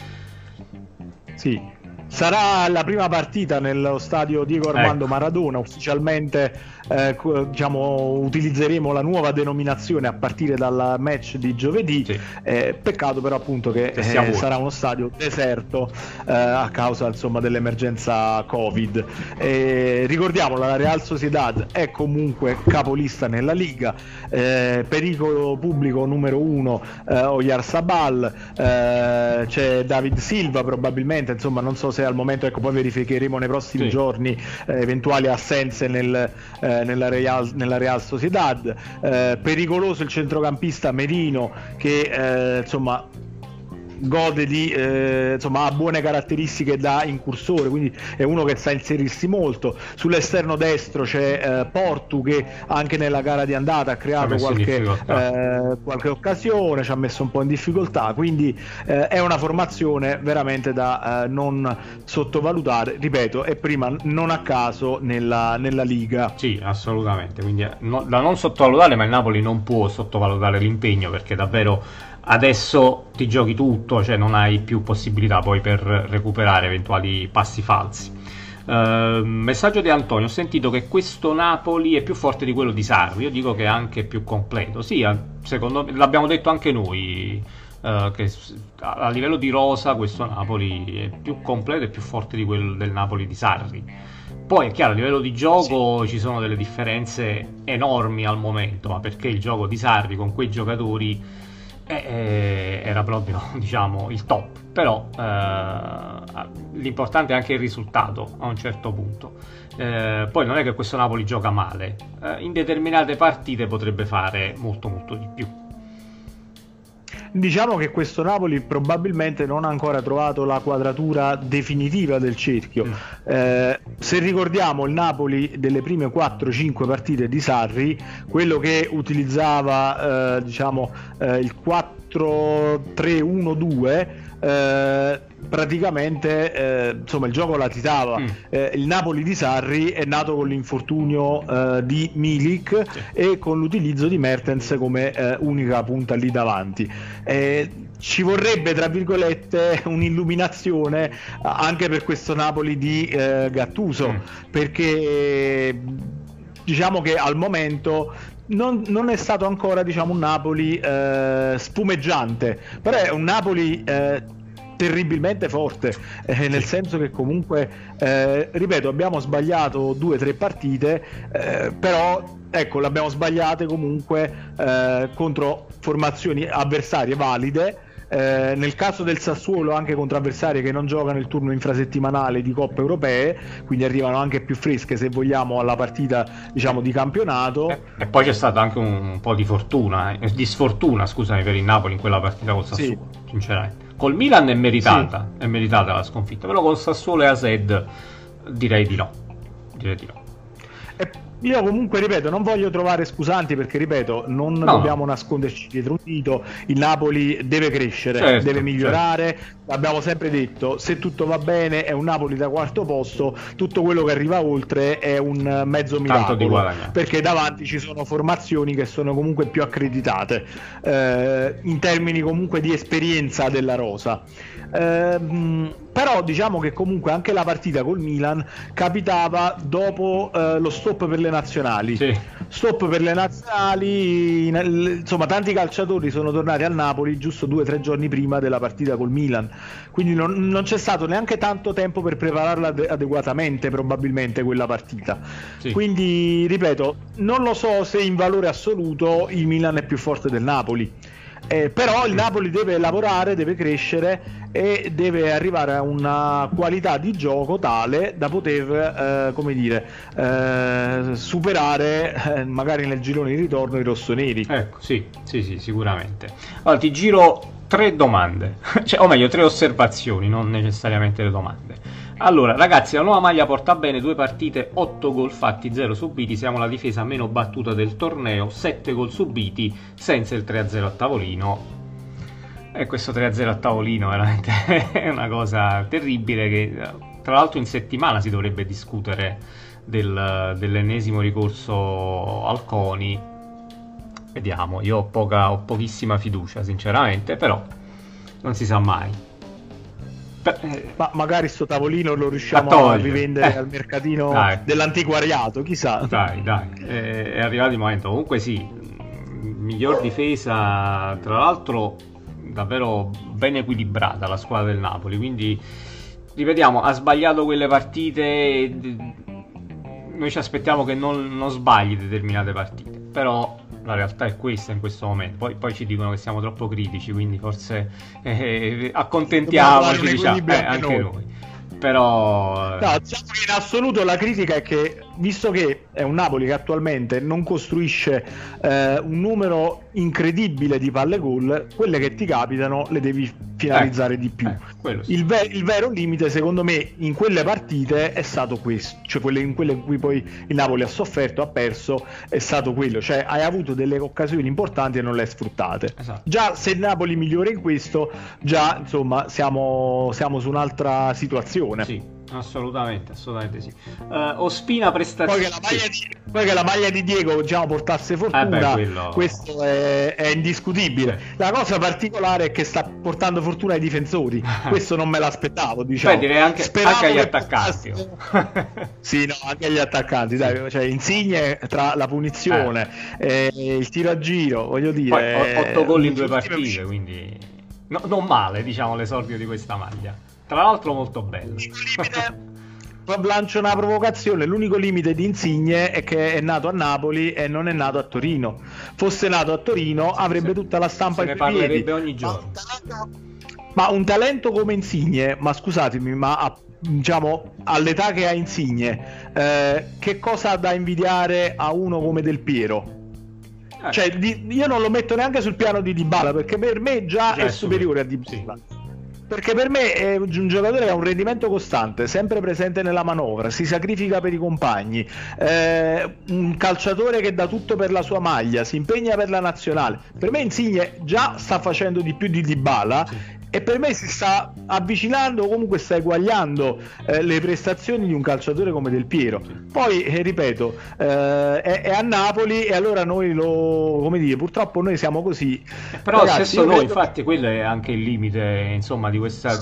Sì, sarà la prima partita nello stadio Diego Armando Maradona, ufficialmente diciamo utilizzeremo la nuova denominazione a partire dal match di giovedì. Peccato però appunto che sarà uno stadio deserto a causa insomma dell'emergenza Covid. Ricordiamo, la Real Sociedad è comunque capolista nella Liga, pericolo pubblico numero 1 Oyarzabal, c'è David Silva probabilmente, insomma non so se al momento, ecco, poi verificheremo nei prossimi giorni eventuali assenze nella Real Sociedad. Pericoloso il centrocampista Merino che insomma gode di insomma ha buone caratteristiche da incursore, quindi è uno che sa inserirsi molto. Sull'esterno destro c'è Portu, che anche nella gara di andata ha creato qualche occasione, ci ha messo un po' in difficoltà, quindi è una formazione veramente da non sottovalutare, ripeto, è prima non a caso nella Liga. Sì, assolutamente, quindi da non sottovalutare, ma il Napoli non può sottovalutare l'impegno, perché davvero adesso ti giochi tutto, cioè non hai più possibilità poi per recuperare eventuali passi falsi. Messaggio di Antonio: ho sentito che questo Napoli è più forte di quello di Sarri. Io dico che è anche più completo. Sì, secondo me l'abbiamo detto anche noi, che a livello di rosa questo Napoli è più completo e più forte di quello del Napoli di Sarri. Poi è chiaro, a livello di gioco ci sono delle differenze enormi al momento, ma perché il gioco di Sarri con quei giocatori era proprio, diciamo, il top. Però l'importante è anche il risultato a un certo punto. Poi non è che questo Napoli gioca male, in determinate partite potrebbe fare molto molto di più. Diciamo che questo Napoli probabilmente non ha ancora trovato la quadratura definitiva del cerchio. Se ricordiamo il Napoli delle prime 4-5 partite di Sarri, quello che utilizzava diciamo il 4-3-1-2, praticamente insomma il gioco latitava. Il Napoli di Sarri è nato con l'infortunio di Milik e con l'utilizzo di Mertens come unica punta lì davanti. Ci vorrebbe, tra virgolette, un'illuminazione anche per questo Napoli di Gattuso, perché diciamo che al momento non è stato ancora, diciamo, un Napoli spumeggiante, però è un Napoli terribilmente forte, nel senso che comunque ripeto, abbiamo sbagliato 2 o 3 partite, però ecco, le abbiamo sbagliate comunque contro formazioni avversarie valide. Nel caso del Sassuolo anche contro avversari che non giocano il turno infrasettimanale di Coppe Europee, quindi arrivano anche più fresche, se vogliamo, alla partita, diciamo, di campionato. E poi c'è stato anche un po' di fortuna, di sfortuna, scusami, per il Napoli in quella partita col Sassuolo, sinceramente. Col Milan è meritata la sconfitta, però con Sassuolo e AZ direi di no. io comunque ripeto, non voglio trovare scusanti, perché ripeto, non dobbiamo nasconderci dietro un dito. Il Napoli deve crescere, certo, deve migliorare, l'abbiamo sempre detto, se tutto va bene è un Napoli da quarto posto, tutto quello che arriva oltre è un mezzo miracolo, perché davanti ci sono formazioni che sono comunque più accreditate in termini comunque di esperienza della rosa. Però diciamo che comunque anche la partita col Milan capitava dopo lo stop per le nazionali. Stop per le nazionali, insomma tanti calciatori sono tornati al Napoli giusto 2 o 3 giorni prima della partita col Milan, quindi non c'è stato neanche tanto tempo per prepararla adeguatamente probabilmente quella partita. Quindi ripeto, non lo so se in valore assoluto il Milan è più forte del Napoli. Però il Napoli deve lavorare, deve crescere e deve arrivare a una qualità di gioco tale da poter superare magari nel girone di ritorno i rossoneri. Ecco, sì, sicuramente. Allora ti giro 3 domande, o meglio 3 osservazioni, non necessariamente le domande. Allora, ragazzi, la nuova maglia porta bene, 2 partite, 8 gol fatti, 0 subiti, siamo la difesa meno battuta del torneo, 7 gol subiti, senza il 3-0 a tavolino. E questo 3-0 a tavolino veramente è una cosa terribile, che tra l'altro in settimana si dovrebbe discutere dell'ennesimo ricorso al CONI. Vediamo, io ho pochissima fiducia sinceramente, però non si sa mai. Ma magari sto tavolino lo riusciamo a rivendere al mercatino dell'antiquariato, chissà. Dai, è arrivato il momento. Comunque sì, miglior difesa, tra l'altro davvero ben equilibrata la squadra del Napoli, quindi ripetiamo, ha sbagliato quelle partite, noi ci aspettiamo che non sbagli determinate partite, però la realtà è questa in questo momento. Poi ci dicono che siamo troppo critici, quindi forse accontentiamoci, diciamo, anche noi. Però no, diciamo che in assoluto la critica è che, visto che è un Napoli che attualmente non costruisce un numero incredibile di palle gol, quelle che ti capitano le devi finalizzare di più. Sì. Il vero limite secondo me in quelle partite è stato questo, cioè in quelle in cui poi il Napoli ha sofferto, ha perso, è stato quello, cioè hai avuto delle occasioni importanti e non le hai sfruttate. Già se il Napoli migliora in questo, già insomma siamo su un'altra situazione. Sì, assolutamente sì. Ospina prestazione. Poi che la maglia di Diego, diciamo, portasse fortuna, questo è indiscutibile. La cosa particolare è che sta portando fortuna ai difensori. Questo non me l'aspettavo, diciamo. Direi anche agli attaccanti. Sì, no, anche agli attaccanti, dai, cioè Insigne tra la punizione il tiro a giro, voglio dire, poi 8 gol in 2 partite, quindi non male, diciamo, l'esordio di questa maglia. Tra l'altro molto bello. Lancio una provocazione: l'unico limite di Insigne è che è nato a Napoli e non è nato a Torino. Fosse nato a Torino avrebbe tutta la stampa ai piedi. Ne parlerebbe ogni giorno. Ma un talento come Insigne, ma scusatemi, diciamo all'età che ha Insigne, che cosa ha da invidiare a uno come Del Piero? Cioè, io non lo metto neanche sul piano di Dybala, perché per me già è superiore a Dybala. Sì. Perché per me è un giocatore che ha un rendimento costante, sempre presente nella manovra, si sacrifica per i compagni, un calciatore che dà tutto per la sua maglia, si impegna per la nazionale. Per me Insigne già sta facendo di più di Dybala, e per me si sta avvicinando, comunque sta eguagliando le prestazioni di un calciatore come Del Piero. Poi ripeto, è a Napoli, e allora noi purtroppo noi siamo così. Però ragazzi, stesso noi, infatti, quello è anche il limite, insomma, di questa.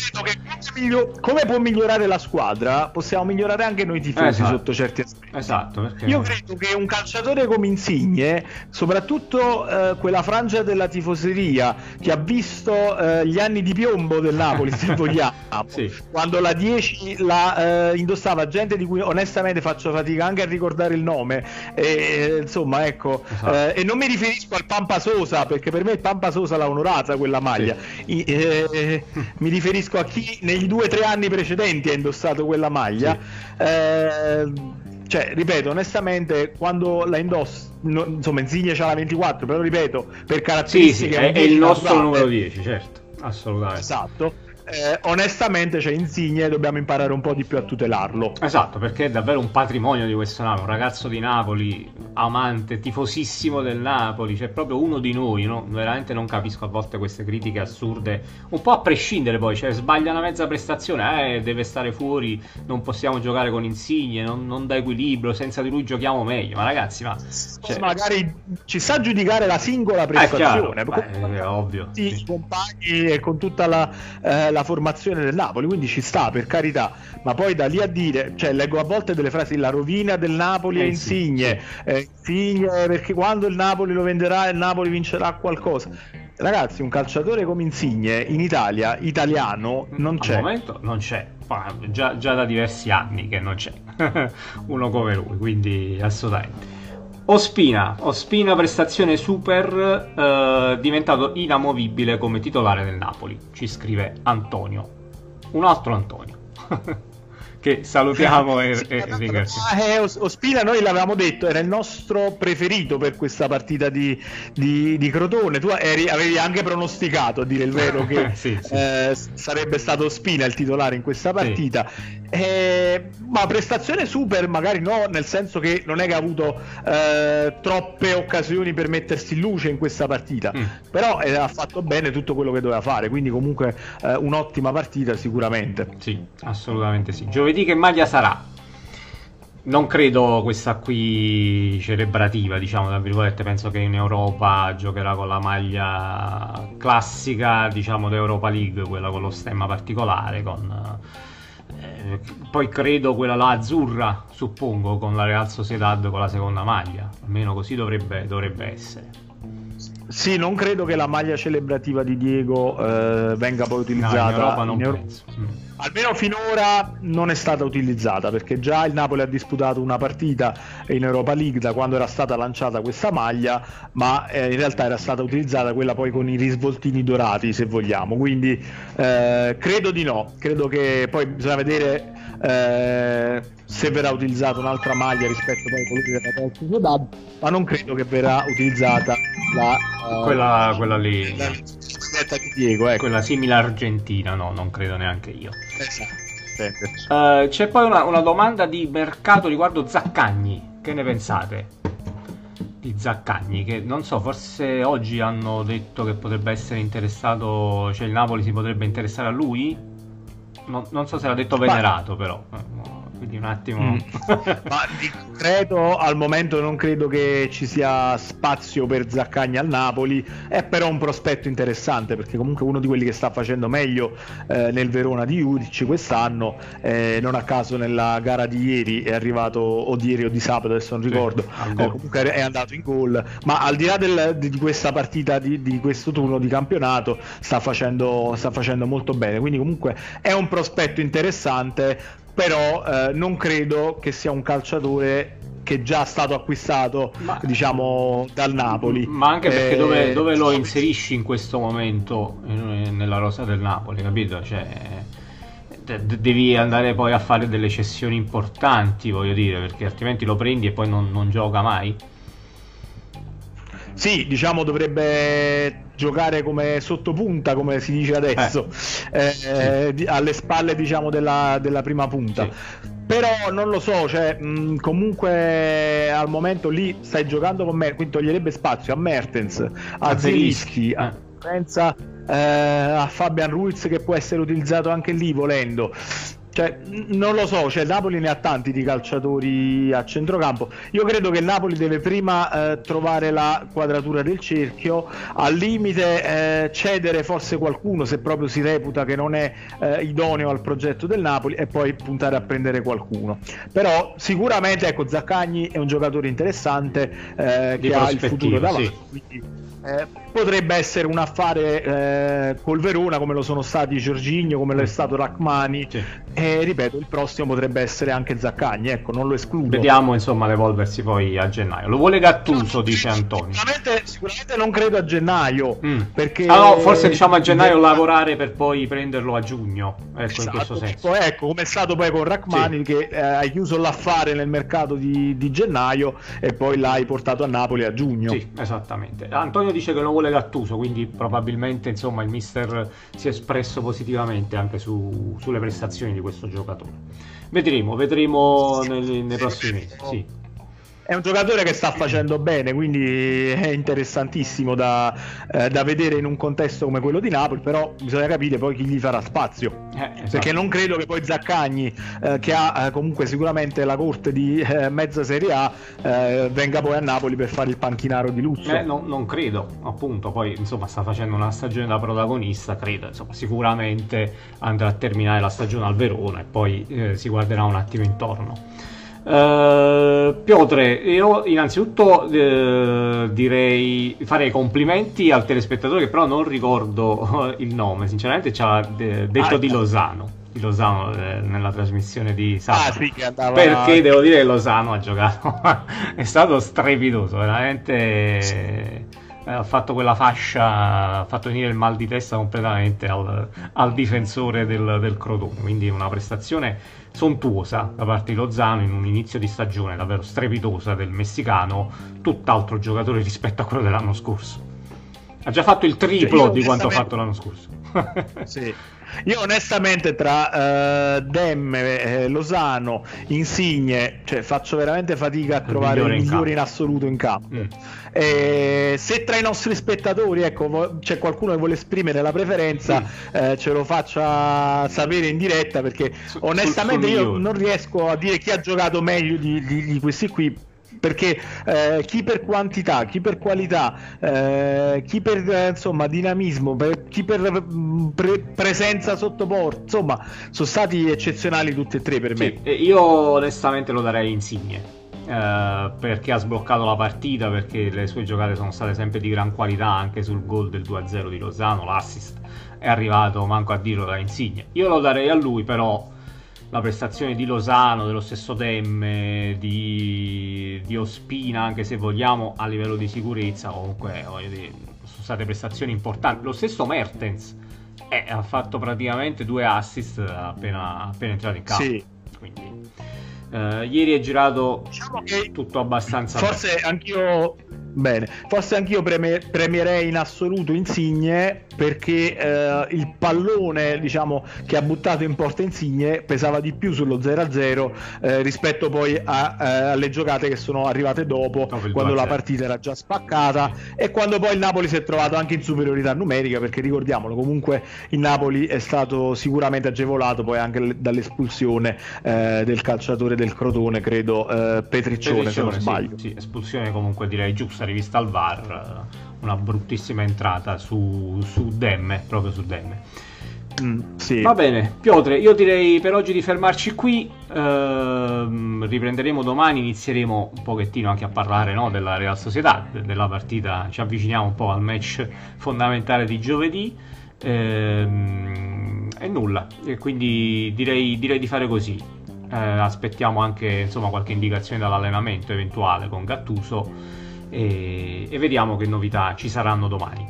Come può migliorare la squadra, possiamo migliorare anche noi tifosi sotto certi aspetti. Perché io credo che un calciatore come Insigne, soprattutto quella frangia della tifoseria che ha visto gli anni di piombo del Napoli, se vogliamo, quando la 10 la indossava gente di cui onestamente faccio fatica anche a ricordare il nome, insomma, ecco, e non mi riferisco al Pampa Sosa, perché per me il Pampa Sosa l'ha onorata quella maglia, mi riferisco a chi negli 2 o 3 anni precedenti ha indossato quella maglia. Cioè, ripeto, onestamente, quando la indossa, insomma, Insigne c'ha la 24, però ripeto, per caratteristiche è il nostro numero 10, certo, assolutamente. Esatto. onestamente c'è Insigne, dobbiamo imparare un po' di più a tutelarlo. Esatto, perché è davvero un patrimonio di questo Napoli, un ragazzo di Napoli, amante, tifosissimo del Napoli, cioè proprio uno di noi, no? Veramente non capisco a volte queste critiche assurde, un po' a prescindere poi, cioè sbaglia una mezza prestazione, deve stare fuori, non possiamo giocare con Insigne, non dà equilibrio, senza di lui giochiamo meglio, ma ragazzi, cioè... magari ci sa giudicare la singola prestazione, è ovvio, sì. Compagni e con tutta la formazione del Napoli, quindi ci sta, per carità, ma poi da lì a dire, cioè leggo a volte delle frasi, la rovina del Napoli è Insigne, Insigne perché quando il Napoli lo venderà il Napoli vincerà qualcosa. Ragazzi, un calciatore come Insigne in Italia, italiano, non c'è. Al momento non c'è, già da diversi anni che non c'è uno come lui, quindi assolutamente. Ospina, prestazione super, diventato inamovibile come titolare del Napoli, ci scrive Antonio, un altro Antonio che salutiamo e ringraziamo. Ospina, noi l'avevamo detto, era il nostro preferito per questa partita di Crotone. Tu avevi anche pronosticato, a dire il vero, che sì. sarebbe stato Ospina il titolare in questa partita. Sì. Ma prestazione super, magari no, nel senso che non è che ha avuto troppe occasioni per mettersi in luce in questa partita, però ha fatto bene tutto quello che doveva fare, quindi comunque un'ottima partita sicuramente. Sì, assolutamente sì. Giovedì che maglia sarà? Non credo questa qui celebrativa, diciamo, tra virgolette. Penso che in Europa giocherà con la maglia classica, diciamo, d'Europa League, quella con lo stemma particolare, poi credo quella là azzurra, suppongo, con la Real Sociedad con la seconda maglia, almeno così dovrebbe essere. Sì, non credo che la maglia celebrativa di Diego venga poi utilizzata. No, in Europa non penso. Almeno finora non è stata utilizzata, perché già il Napoli ha disputato una partita in Europa League da quando era stata lanciata questa maglia, ma in realtà era stata utilizzata quella poi con i risvoltini dorati, se vogliamo, quindi credo di no. Credo che poi bisogna vedere se verrà utilizzata un'altra maglia rispetto poi a quello che era Sociedad, ma non credo che verrà utilizzata quella lì, la di Diego, quella simile argentina, no, non credo neanche io. Esatto. C'è poi una domanda di mercato riguardo Zaccagni. Che ne pensate di Zaccagni? Che non so, forse oggi hanno detto che potrebbe essere interessato, cioè il Napoli si potrebbe interessare a lui. Non so se l'ha detto Venerato, però quindi un attimo. Ma di concreto al momento non credo che ci sia spazio per Zaccagni al Napoli, è però un prospetto interessante, perché comunque uno di quelli che sta facendo meglio nel Verona di Juric quest'anno, non a caso nella gara di ieri è arrivato, o di ieri o di sabato, adesso non ricordo, comunque è andato in gol, ma al di là di questa partita, di questo turno di campionato, sta facendo molto bene, quindi comunque è un prospetto interessante, però non credo che sia un calciatore che è già stato acquistato, diciamo, dal Napoli. Ma anche perché dove lo inserisci in questo momento nella rosa del Napoli, capito? Cioè, devi andare poi a fare delle cessioni importanti, voglio dire, perché altrimenti lo prendi e poi non gioca mai. Sì, diciamo dovrebbe giocare come sottopunta, come si dice adesso, alle spalle, diciamo, della prima punta. Sì. Però non lo so, cioè, comunque al momento lì stai giocando con me, quindi toglierebbe spazio a Mertens, a Zelinski, pensa a Fabian Ruiz, che può essere utilizzato anche lì volendo. Cioè, non lo so, cioè Napoli ne ha tanti di calciatori a centrocampo. Io credo che il Napoli deve prima trovare la quadratura del cerchio, al limite cedere forse qualcuno se proprio si reputa che non è idoneo al progetto del Napoli, e poi puntare a prendere qualcuno. Però sicuramente, ecco, Zaccagni è un giocatore interessante che ha il futuro davanti, sì. Quindi potrebbe essere un affare col Verona, come lo sono stati Jorginho, come lo è stato Rachmani, sì. E ripeto, il prossimo potrebbe essere anche Zaccagni, ecco, non lo escludo. Vediamo insomma l'evolversi poi a gennaio. Lo vuole Gattuso, dice Antonio. Sicuramente non credo a gennaio, perché no, forse diciamo a gennaio lavorare per poi prenderlo a giugno, ecco, in questo senso. Ecco, come è stato poi con Rachmani, che hai chiuso l'affare nel mercato di gennaio e poi l'hai portato a Napoli a giugno. Sì, esattamente. Antonio dice che non vuole Gattuso, quindi probabilmente insomma il mister si è espresso positivamente anche sulle prestazioni di questo giocatore. Vedremo nei prossimi mesi. Sì. È un giocatore che sta facendo bene, quindi è interessantissimo da vedere in un contesto come quello di Napoli, però bisogna capire poi chi gli farà spazio, esatto. Perché non credo che poi Zaccagni, che ha comunque sicuramente la corte di mezza Serie A, venga poi a Napoli per fare il panchinaro di lusso. Non credo, appunto, poi insomma sta facendo una stagione da protagonista, credo, insomma, sicuramente andrà a terminare la stagione al Verona e poi si guarderà un attimo intorno. Piotre, io innanzitutto farei complimenti al telespettatore che però non ricordo il nome, sinceramente ci ha detto di Lozano nella trasmissione di sabato, sì, che andava... perché devo dire che Lozano ha giocato è stato strepitoso, veramente. Ha fatto quella fascia, ha fatto venire il mal di testa completamente al difensore del Crotone, quindi una prestazione sontuosa da parte di Lozano in un inizio di stagione davvero strepitosa del messicano, tutt'altro giocatore rispetto a quello dell'anno scorso. Ha già fatto il triplo di quanto ha fatto l'anno scorso. Sì. Io onestamente tra Demme, Lozano, Insigne, cioè faccio veramente fatica a trovare il migliore in assoluto in campo. Se tra i nostri spettatori, ecco, c'è qualcuno che vuole esprimere la preferenza, ce lo faccia sapere in diretta, perché onestamente io non riesco a dire chi ha giocato meglio di questi qui, perché chi per quantità, chi per qualità, chi per insomma dinamismo, chi per presenza sotto porta, insomma sono stati eccezionali tutti e tre per me. Io onestamente lo darei Insigne, perché ha sbloccato la partita, perché le sue giocate sono state sempre di gran qualità, anche sul gol del 2-0 di Lozano, l'assist è arrivato manco a dirlo da Insigne. Io lo darei a lui, però la prestazione di Lozano, dello stesso Demme, di Ospina, anche se vogliamo, a livello di sicurezza, comunque voglio dire, sono state prestazioni importanti. Lo stesso Mertens ha fatto praticamente 2 assist appena entrato in campo. Sì. Quindi ieri è girato, diciamo, che tutto abbastanza forse anch'io premierei in assoluto Insigne, perché il pallone, diciamo, che ha buttato in porta Insigne pesava di più sullo 0-0 rispetto poi alle giocate che sono arrivate dopo, quando la partita era già spaccata e quando poi il Napoli si è trovato anche in superiorità numerica, perché ricordiamolo, comunque il Napoli è stato sicuramente agevolato poi anche dall'espulsione del calciatore del Crotone, credo Petriccione, se non sbaglio. Sì, espulsione comunque direi giusta, rivista al VAR, una bruttissima entrata su Demme, proprio su Demme. Sì. Va bene, Piotre, io direi per oggi di fermarci qui, riprenderemo domani, inizieremo un pochettino anche a parlare, no, della Real Sociedad, della partita, ci avviciniamo un po' al match fondamentale di giovedì, e nulla, e quindi direi di fare così. Aspettiamo anche insomma qualche indicazione dall'allenamento eventuale con Gattuso e vediamo che novità ci saranno domani.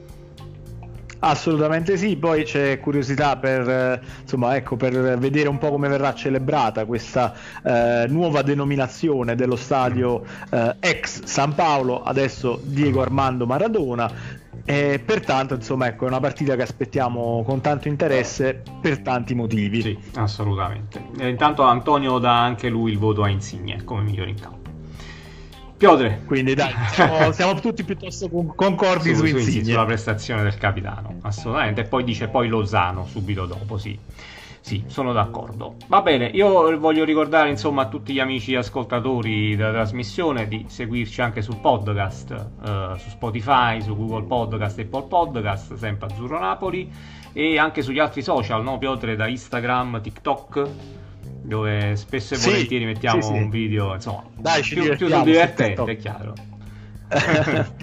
Assolutamente sì, poi c'è curiosità per vedere un po' come verrà celebrata questa nuova denominazione dello stadio ex San Paolo, adesso Diego Armando Maradona. E pertanto insomma ecco, è una partita che aspettiamo con tanto interesse per tanti motivi. Sì, assolutamente. E intanto Antonio dà anche lui il voto a Insigne come migliore in campo. Piotre, quindi dai, siamo tutti piuttosto concordi su Insigne, sulla prestazione del capitano, assolutamente. E poi dice Lozano subito dopo, sì, sono d'accordo. Va bene, io voglio ricordare insomma a tutti gli amici ascoltatori della trasmissione di seguirci anche sul podcast, su Spotify, su Google Podcast e Apple Podcast, sempre Azzurro Napoli, e anche sugli altri social, no Piotre, da Instagram, TikTok, dove spesso e volentieri mettiamo un video, insomma, dai, più divertente, è chiaro.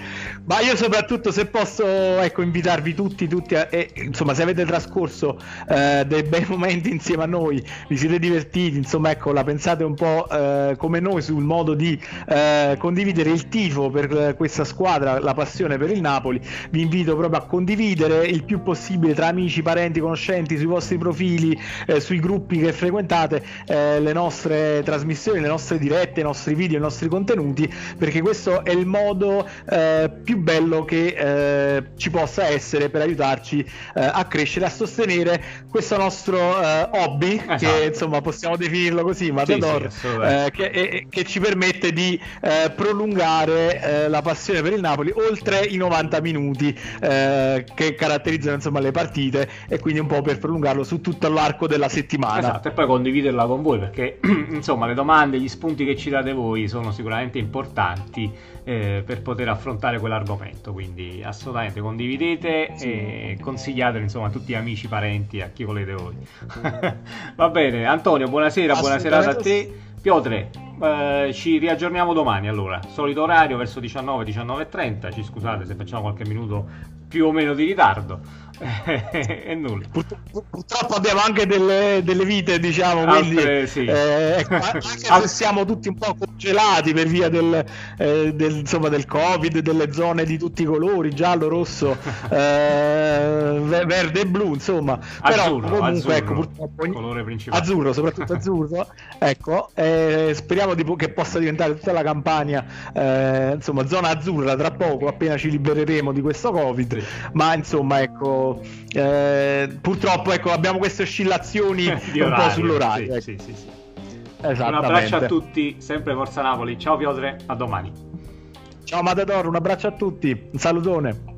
Ma io soprattutto, se posso, ecco, invitarvi tutti insomma, se avete trascorso dei bei momenti insieme a noi, vi siete divertiti, insomma, ecco, la pensate un po' come noi sul modo di condividere il tifo per questa squadra, la passione per il Napoli, vi invito proprio a condividere il più possibile tra amici, parenti, conoscenti, sui vostri profili, sui gruppi che frequentate, le nostre trasmissioni, le nostre dirette, i nostri video, i nostri contenuti, perché questo è il modo più bello che ci possa essere per aiutarci a crescere, a sostenere questo nostro hobby, esatto, che insomma possiamo definirlo così, Matador, sì, che ci permette di prolungare la passione per il Napoli oltre i 90 minuti che caratterizzano, insomma, le partite, e quindi un po' per prolungarlo su tutto l'arco della settimana. Esatto, e poi condividerla con voi, perché insomma le domande, gli spunti che ci date voi sono sicuramente importanti per poter affrontare quell'argomento, quindi assolutamente condividete, sì, e consigliatelo, insomma, a tutti gli amici, parenti, a chi volete voi. Va bene, Antonio, buonasera, buona serata a te. Piotre, ci riaggiorniamo domani, allora, solito orario verso 19:30, ci scusate se facciamo qualche minuto più o meno di ritardo. E nulla. Purtroppo abbiamo anche delle vite, diciamo, quindi altre, sì. Anche se siamo tutti un po' congelati per via insomma, del Covid, delle zone di tutti i colori, giallo, rosso, verde e blu, insomma, azzurro, però comunque, azzurro, ecco, purtroppo colore principale, azzurro, soprattutto azzurro, ecco, speriamo che possa diventare tutta la Campania insomma, zona azzurra tra poco, appena ci libereremo di questo Covid, sì. Ma insomma, ecco, purtroppo, ecco, abbiamo queste oscillazioni di un orario, po' sull'orario, sì, sì, sì. Esattamente. Un abbraccio a tutti, sempre Forza Napoli. Ciao Piotre, a domani. Ciao Matador, un abbraccio a tutti, un salutone.